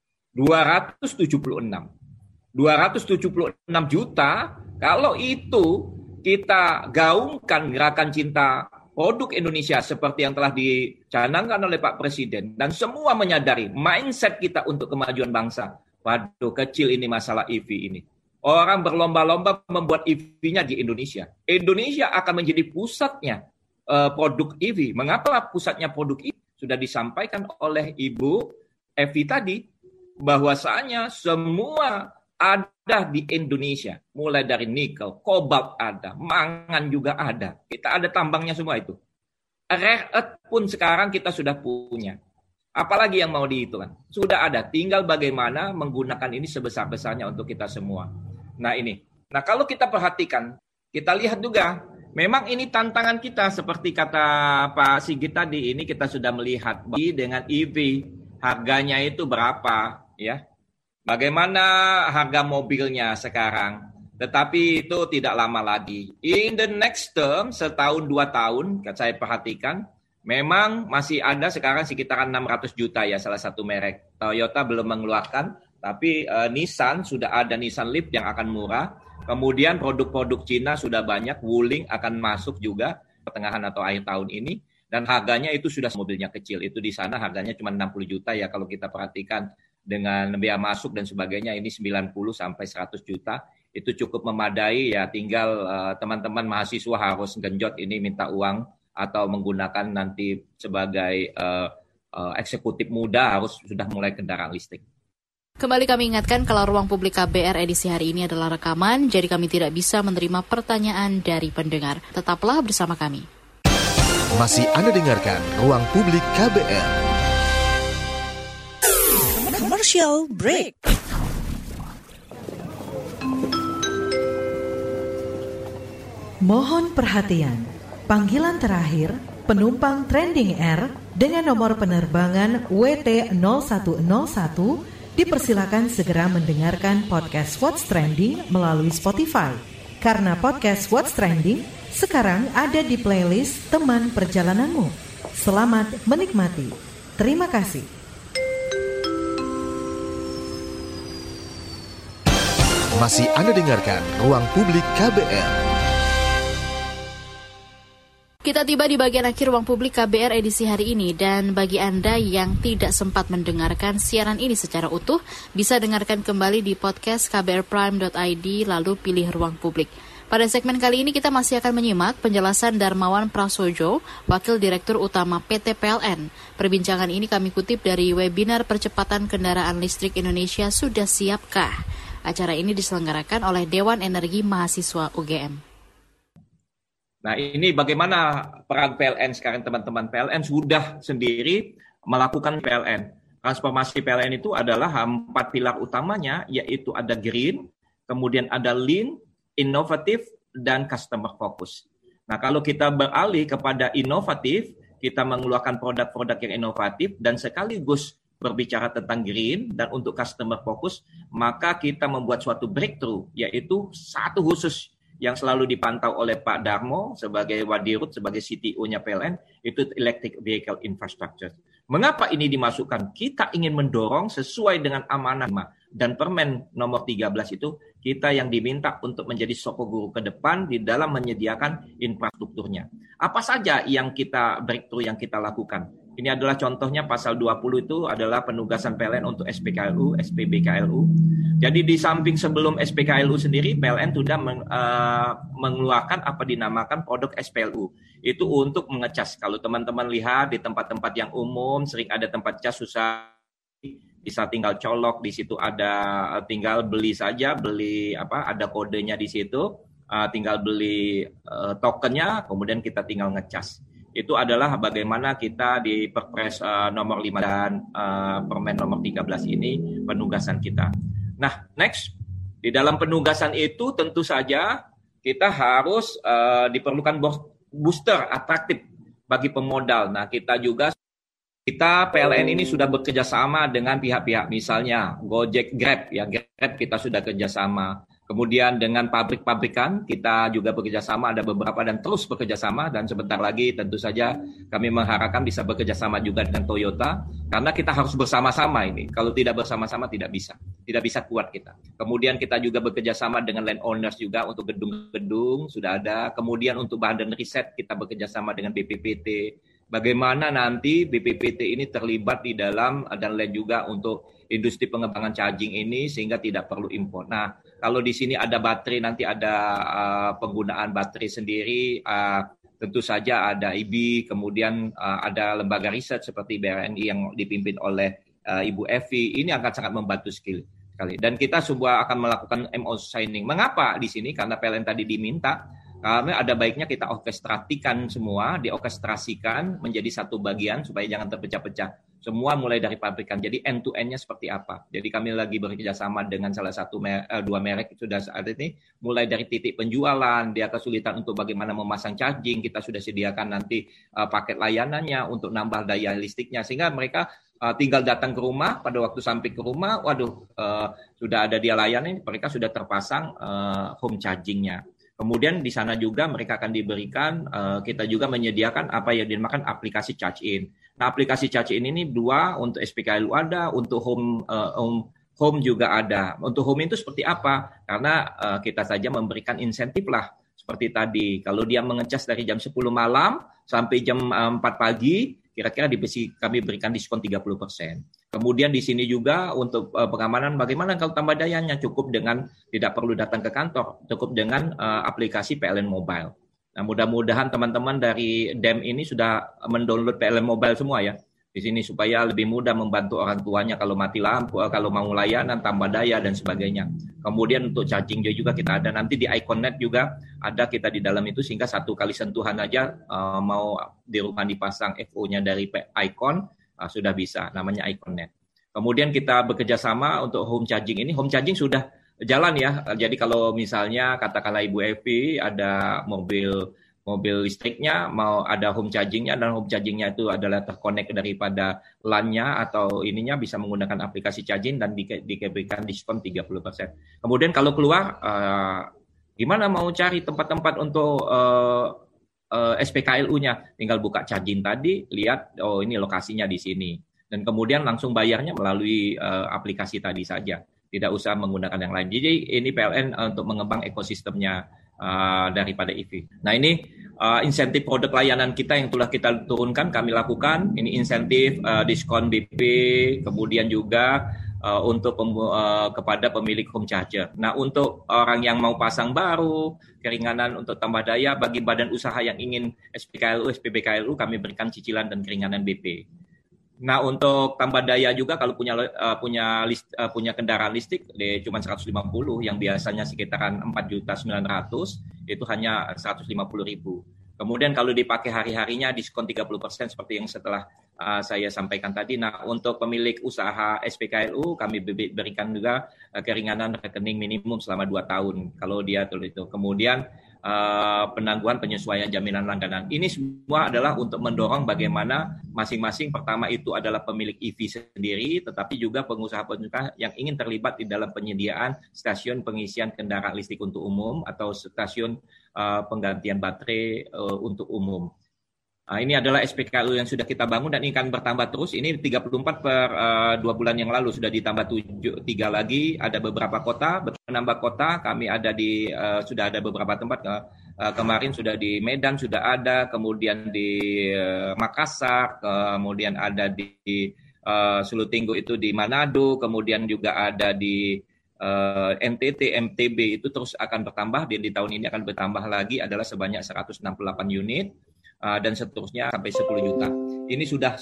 dua ratus tujuh puluh enam. dua ratus tujuh puluh enam juta, kalau itu kita gaungkan gerakan cinta produk Indonesia seperti yang telah dicanangkan oleh Pak Presiden, dan semua menyadari mindset kita untuk kemajuan bangsa. Waduh, kecil ini masalah E V ini. Orang berlomba-lomba membuat E V-nya di Indonesia. Indonesia akan menjadi pusatnya uh, produk E V. Mengapa pusatnya produk E V? Sudah disampaikan oleh Ibu Evi tadi, bahwasanya semua ada di Indonesia. Mulai dari nikel, kobalt ada, mangan juga ada. Kita ada tambangnya semua itu. Rare earth pun sekarang kita sudah punya. Apalagi yang mau dihitungkan? Sudah ada, tinggal bagaimana menggunakan ini sebesar-besarnya untuk kita semua. Nah ini, nah kalau kita perhatikan, kita lihat juga, memang ini tantangan kita seperti kata Pak Sigit tadi, ini kita sudah melihat dengan E V, harganya itu berapa, ya? Bagaimana harga mobilnya sekarang? Tetapi itu tidak lama lagi. In the next term, setahun dua tahun, saya perhatikan, memang masih ada sekarang sekitaran enam ratus juta ya salah satu merek. Toyota belum mengeluarkan, tapi uh, Nissan sudah ada Nissan Leaf yang akan murah. Kemudian produk-produk Cina sudah banyak, Wuling akan masuk juga pertengahan atau akhir tahun ini. Dan harganya itu sudah mobilnya kecil. Itu di sana harganya cuma enam puluh juta ya kalau kita perhatikan dengan biaya masuk dan sebagainya ini sembilan puluh sampai seratus juta. Itu cukup memadai ya, tinggal uh, teman-teman mahasiswa harus genjot ini minta uang atau menggunakan nanti sebagai uh, uh, eksekutif muda harus sudah mulai kendaraan listrik. Kembali kami ingatkan kalau Ruang Publik K B R edisi hari ini adalah rekaman, jadi kami tidak bisa menerima pertanyaan dari pendengar. Tetaplah bersama kami. Masih Anda dengarkan Ruang Publik K B R. Commercial break. Mohon perhatian. Panggilan terakhir, penumpang Trending Air dengan nomor penerbangan W T nol satu nol satu dipersilakan segera mendengarkan podcast What's Trending melalui Spotify. Karena podcast What's Trending sekarang ada di playlist teman perjalananmu. Selamat menikmati. Terima kasih. Masih Anda dengarkan Ruang Publik K B R. Kita tiba di bagian akhir Ruang Publik K B R edisi hari ini, dan bagi Anda yang tidak sempat mendengarkan siaran ini secara utuh, bisa dengarkan kembali di podcast k b r prime dot i d lalu pilih Ruang Publik. Pada segmen kali ini kita masih akan menyimak penjelasan Darmawan Prasojo, Wakil Direktur Utama P T P L N. Perbincangan ini kami kutip dari webinar Percepatan Kendaraan Listrik Indonesia Sudah Siapkah? Acara ini diselenggarakan oleh Dewan Energi Mahasiswa U G M. Nah ini bagaimana peran P L N sekarang teman-teman. P L N sudah sendiri melakukan P L N. Transformasi P L N itu adalah empat pilar utamanya, yaitu ada green, kemudian ada lean, inovatif, dan customer focus. Nah kalau kita beralih kepada inovatif, kita mengeluarkan produk-produk yang inovatif dan sekaligus berbicara tentang green dan untuk customer fokus, maka kita membuat suatu breakthrough, yaitu satu khusus yang selalu dipantau oleh Pak Darmo sebagai Wadirut, sebagai C T O-nya P L N, itu Electric Vehicle Infrastructure. Mengapa ini dimasukkan? Kita ingin mendorong sesuai dengan amanah dan Permen nomor tiga belas itu, kita yang diminta untuk menjadi soko guru ke depan di dalam menyediakan infrastrukturnya. Apa saja yang kita breakthrough yang kita lakukan? Ini adalah contohnya pasal dua puluh itu adalah penugasan P L N untuk S P K L U, S P B K L U. Jadi di samping sebelum S P K L U sendiri, P L N sudah meng, uh, mengeluarkan apa dinamakan produk S P L U. Itu untuk mengecas. Kalau teman-teman lihat di tempat-tempat yang umum, sering ada tempat cas susah, bisa tinggal colok, di situ ada tinggal beli saja, beli apa, ada kodenya di situ, uh, tinggal beli uh, tokennya, kemudian kita tinggal ngecas. Itu adalah bagaimana kita di Perpres uh, nomor lima dan uh, Permen nomor tiga belas ini penugasan kita. Nah, next, di dalam penugasan itu tentu saja kita harus uh, diperlukan booster atraktif bagi pemodal. Nah, kita juga kita P L N ini sudah bekerja sama dengan pihak-pihak, misalnya Gojek, Grab, ya Grab kita sudah kerjasama. Kemudian dengan pabrik-pabrikan kita juga bekerja sama, ada beberapa dan terus bekerja sama, dan sebentar lagi tentu saja kami mengharapkan bisa bekerja sama juga dengan Toyota, karena kita harus bersama-sama ini. Kalau tidak bersama-sama tidak bisa, tidak bisa kuat kita. Kemudian kita juga bekerja sama dengan landowners juga untuk gedung-gedung sudah ada. Kemudian untuk bahan dan riset kita bekerja sama dengan B P P T. Bagaimana nanti B P P T ini terlibat di dalam dan lain juga untuk industri pengembangan charging ini sehingga tidak perlu impor. Nah, kalau di sini ada baterai, nanti ada uh, penggunaan baterai sendiri, uh, tentu saja ada I B, kemudian uh, ada lembaga riset seperti B R N I yang dipimpin oleh uh, Ibu Evi. Ini akan sangat membantu skill sekali. Dan kita semua akan melakukan M O U signing. Mengapa di sini? Karena P L N tadi diminta. Karena ada baiknya kita orkestrasikan semua, diorkestrasikan menjadi satu bagian supaya jangan terpecah-pecah. Semua mulai dari pabrikan. Jadi end to end-nya seperti apa. Jadi kami lagi bekerja sama dengan salah satu mer- eh, dua merek sudah saat ini. Mulai dari titik penjualan, dia kesulitan untuk bagaimana memasang charging. Kita sudah sediakan nanti uh, paket layanannya untuk nambah daya listriknya. Sehingga mereka uh, tinggal datang ke rumah, pada waktu sampai ke rumah, waduh, uh, sudah ada dia layanan, mereka sudah terpasang uh, home charging-nya. Kemudian di sana juga mereka akan diberikan, uh, kita juga menyediakan apa yang dinamakan aplikasi charge-in. Nah, aplikasi charge-in ini dua, untuk S P K L U ada, untuk home uh, home, home juga ada. Untuk home itu seperti apa? Karena uh, kita saja memberikan insentif lah. Seperti tadi, kalau dia mengecas dari jam sepuluh malam sampai jam uh, empat pagi, kira-kira diberi, kami berikan diskon tiga puluh persen. Kemudian di sini juga untuk uh, pengamanan, bagaimana kalau tambah dayanya? Cukup dengan tidak perlu datang ke kantor, cukup dengan uh, aplikasi P L N Mobile. Nah, mudah-mudahan teman-teman dari D E M ini sudah mendownload P L N Mobile semua ya. Di sini supaya lebih mudah membantu orang tuanya kalau mati lampu, kalau mau layanan, tambah daya dan sebagainya. Kemudian untuk charging juga kita ada. Nanti di IconNet juga ada kita di dalam itu, sehingga satu kali sentuhan aja uh, mau di rumah dipasang F O-nya dari Icon, uh, sudah bisa, namanya IconNet. Kemudian kita bekerja sama untuk home charging ini. Home charging sudah jalan ya. Jadi kalau misalnya katakanlah Ibu Evi ada mobil mobil listriknya, mau ada home chargingnya, dan home chargingnya itu adalah terkonek daripada L A N-nya atau ininya, bisa menggunakan aplikasi charging dan di- diberikan diskon tiga puluh persen. Kemudian kalau keluar, uh, gimana mau cari tempat-tempat untuk uh, uh, S P K L U-nya? Tinggal buka charging tadi, lihat, oh ini lokasinya di sini. Dan kemudian langsung bayarnya melalui uh, aplikasi tadi saja. Tidak usah menggunakan yang lain. Jadi ini P L N uh, untuk mengembang ekosistemnya Uh, daripada E V. Nah, ini uh, insentif produk layanan kita yang telah kita turunkan, kami lakukan. Ini insentif uh, diskon B P, kemudian juga uh, untuk pem- uh, kepada pemilik home charger. Nah, untuk orang yang mau pasang baru, keringanan untuk tambah daya, bagi badan usaha yang ingin S P K L U, S P B K L U, kami berikan cicilan dan keringanan B P. Nah, untuk tambah daya juga kalau punya uh, punya list, uh, punya kendaraan listrik di cuma seratus lima puluh, yang biasanya sekitaran empat juta sembilan ratus, itu hanya seratus lima puluh ribu. Kemudian kalau dipakai hari-harinya diskon tiga puluh persen seperti yang setelah uh, saya sampaikan tadi. Nah, untuk pemilik usaha S P K L U kami berikan juga uh, keringanan rekening minimum selama dua tahun kalau dia tuh itu. Kemudian uh, penangguhan penyesuaian jaminan langganan. Ini semua adalah untuk mendorong bagaimana masing-masing, pertama itu adalah pemilik E V sendiri, tetapi juga pengusaha-pengusaha yang ingin terlibat di dalam penyediaan stasiun pengisian kendaraan listrik untuk umum atau stasiun uh, penggantian baterai uh, untuk umum. Nah, ini adalah S P K L U yang sudah kita bangun dan ini akan bertambah terus. Ini tiga puluh empat per uh, dua bulan yang lalu sudah ditambah tujuh, tiga lagi. Ada beberapa kota, menambah kota. Kami ada di uh, sudah ada beberapa tempat. Uh, kemarin sudah di Medan sudah ada, kemudian di uh, Makassar, kemudian ada di uh, Sulutinggo itu di Manado, kemudian juga ada di uh, N T T, M T B itu terus akan bertambah. Dan di tahun ini akan bertambah lagi adalah sebanyak seratus enam puluh delapan unit. Uh, dan seterusnya sampai sepuluh juta. Ini sudah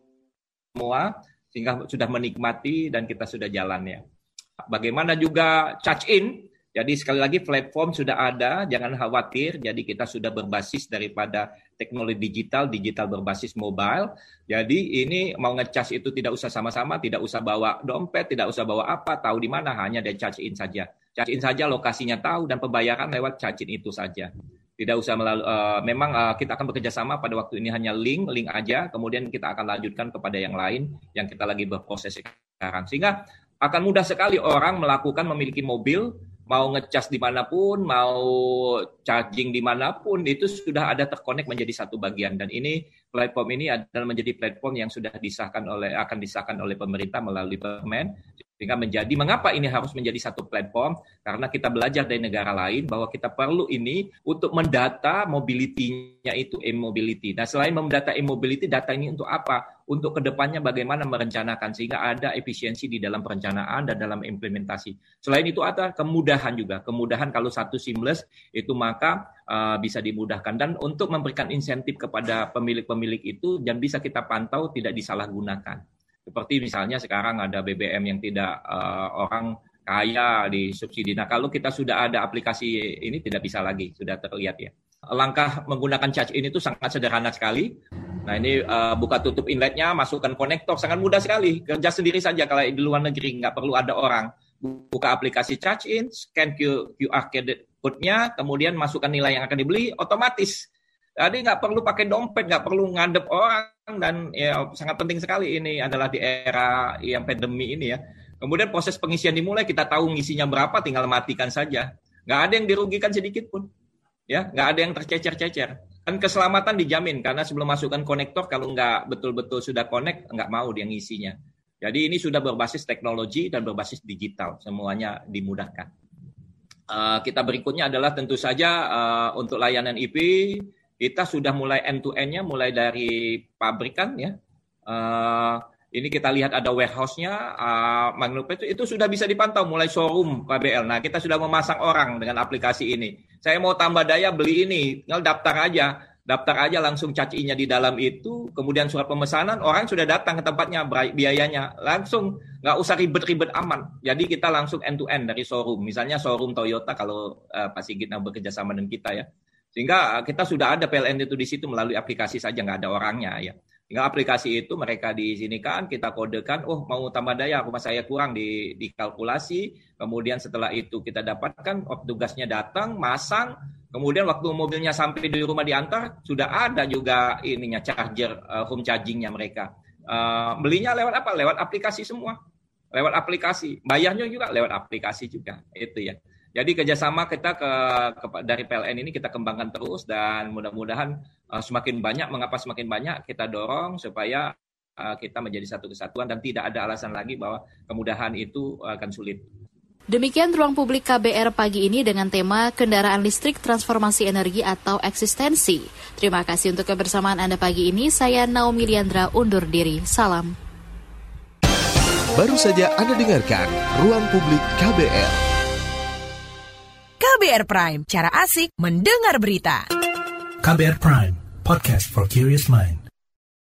semua, sehingga sudah menikmati dan kita sudah jalan ya. Bagaimana juga charge in, jadi sekali lagi platform sudah ada, jangan khawatir, jadi kita sudah berbasis daripada teknologi digital, digital berbasis mobile. Jadi ini mau ngecas itu tidak usah sama-sama, tidak usah bawa dompet, tidak usah bawa apa, tahu di mana, hanya dari charge in saja. Charge in saja, lokasinya tahu, dan pembayaran lewat charge in itu saja. Tidak usah melalui, uh, memang uh, kita akan bekerja sama pada waktu ini hanya link, link aja, kemudian kita akan lanjutkan kepada yang lain yang kita lagi berproses sekarang. Sehingga akan mudah sekali orang melakukan memiliki mobil, mau ngecas dimanapun, mau charging dimanapun, itu sudah ada terkonek menjadi satu bagian. Dan ini platform ini adalah menjadi platform yang sudah disahkan oleh, akan disahkan oleh pemerintah melalui Permen. Sehingga menjadi, mengapa ini harus menjadi satu platform? Karena kita belajar dari negara lain bahwa kita perlu ini untuk mendata mobility-nya itu, e-mobility. Nah, selain mendata e-mobility, data ini untuk apa? Untuk kedepannya bagaimana merencanakan sehingga ada efisiensi di dalam perencanaan dan dalam implementasi. Selain itu ada kemudahan juga. Kemudahan kalau satu seamless itu maka uh, bisa dimudahkan. Dan untuk memberikan insentif kepada pemilik-pemilik itu dan bisa kita pantau tidak disalahgunakan. Seperti misalnya sekarang ada B B M yang tidak uh, orang kaya disubsidi. Nah, kalau kita sudah ada aplikasi ini tidak bisa lagi, sudah terlihat ya. Langkah menggunakan charge in itu sangat sederhana sekali. Nah, ini uh, buka tutup inletnya, masukkan konektor, sangat mudah sekali. Kerja sendiri saja kalau di luar negeri, nggak perlu ada orang. Buka aplikasi charge in, scan Q R code-nya, kemudian masukkan nilai yang akan dibeli, otomatis. Jadi nggak perlu pakai dompet, nggak perlu ngadep orang, dan ya sangat penting sekali ini adalah di era yang pandemi ini ya. Kemudian proses pengisian dimulai, kita tahu ngisinya berapa, tinggal matikan saja. Nggak ada yang dirugikan sedikit pun, ya, nggak ada yang tercecer-cecer. Dan keselamatan dijamin karena sebelum masukkan konektor, kalau nggak betul-betul sudah connect, nggak mau dia ngisinya. Jadi ini sudah berbasis teknologi dan berbasis digital, semuanya dimudahkan. Uh, kita berikutnya adalah tentu saja uh, untuk layanan E V. Kita sudah mulai end-to-end-nya, mulai dari pabrikan ya. Uh, ini kita lihat ada warehouse-nya, uh, Magnum itu, itu sudah bisa dipantau mulai showroom K B L. Nah, kita sudah memasang orang dengan aplikasi ini. Saya mau tambah daya beli ini, tinggal daftar aja. Daftar aja langsung charge in-nya di dalam itu, kemudian surat pemesanan, orang sudah datang ke tempatnya, biayanya langsung, nggak usah ribet-ribet aman. Jadi kita langsung end-to-end dari showroom. Misalnya showroom Toyota kalau uh, Pak Sigit bekerja sama dengan kita ya. Sehingga kita sudah ada P L N itu di situ melalui aplikasi saja, nggak ada orangnya ya. Tinggal aplikasi itu mereka di sini kan, kita kodekan, oh mau tambah daya, rumah saya kurang, di, dikalkulasi. Kemudian setelah itu kita dapatkan, oh, tugasnya datang, masang. Kemudian waktu mobilnya sampai di rumah diantar, sudah ada juga ininya charger, uh, home chargingnya mereka. Uh, belinya lewat apa? Lewat aplikasi semua. Lewat aplikasi. Bayarnya juga lewat aplikasi juga. Itu ya. Jadi kerjasama kita ke, ke dari P L N ini kita kembangkan terus dan mudah-mudahan uh, semakin banyak, mengapa semakin banyak kita dorong supaya uh, kita menjadi satu kesatuan dan tidak ada alasan lagi bahwa kemudahan itu uh, akan sulit. Demikian Ruang Publik K B R pagi ini dengan tema kendaraan listrik transformasi energi atau eksistensi. Terima kasih untuk kebersamaan Anda pagi ini. Saya Naomi Liandra undur diri. Salam. Baru saja Anda dengarkan Ruang Publik K B R. K B R Prime, cara asik mendengar berita. K B R Prime, podcast for curious mind.